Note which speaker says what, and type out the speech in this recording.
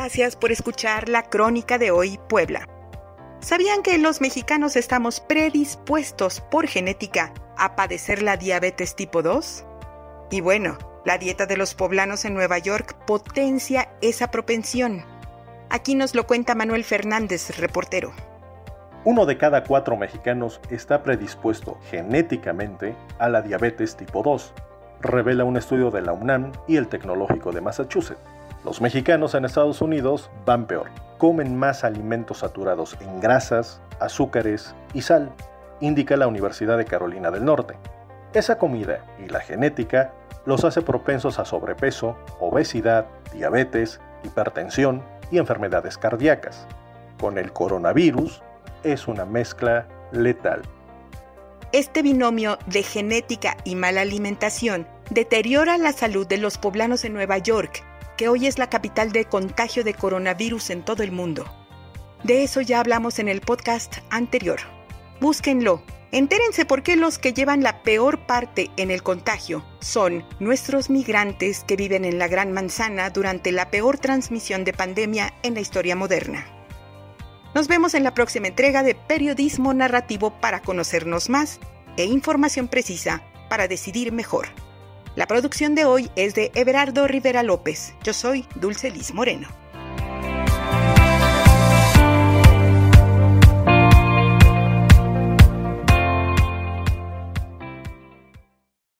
Speaker 1: Gracias por escuchar la Crónica de Hoy Puebla. ¿Sabían que los mexicanos estamos predispuestos por genética a padecer la diabetes tipo 2? Y bueno, la dieta de los poblanos en Nueva York potencia esa propensión. Aquí nos lo cuenta Manuel Fernández, reportero.
Speaker 2: 1 de cada 4 mexicanos está predispuesto genéticamente a la diabetes tipo 2, revela un estudio de la UNAM y el Tecnológico de Massachusetts. Los mexicanos en Estados Unidos van peor. Comen más alimentos saturados en grasas, azúcares y sal, indica la Universidad de Carolina del Norte. Esa comida y la genética los hace propensos a sobrepeso, obesidad, diabetes, hipertensión y enfermedades cardíacas. Con el coronavirus es una mezcla letal.
Speaker 1: Este binomio de genética y mala alimentación deteriora la salud de los poblanos en Nueva York, que hoy es la capital de contagio de coronavirus en todo el mundo. De eso ya hablamos en el podcast anterior. Búsquenlo. Entérense por qué los que llevan la peor parte en el contagio son nuestros migrantes que viven en la Gran Manzana durante la peor transmisión de pandemia en la historia moderna. Nos vemos en la próxima entrega de Periodismo Narrativo para conocernos más e información precisa para decidir mejor. La producción de hoy es de Everardo Rivera López. Yo soy Dulce Liz Moreno.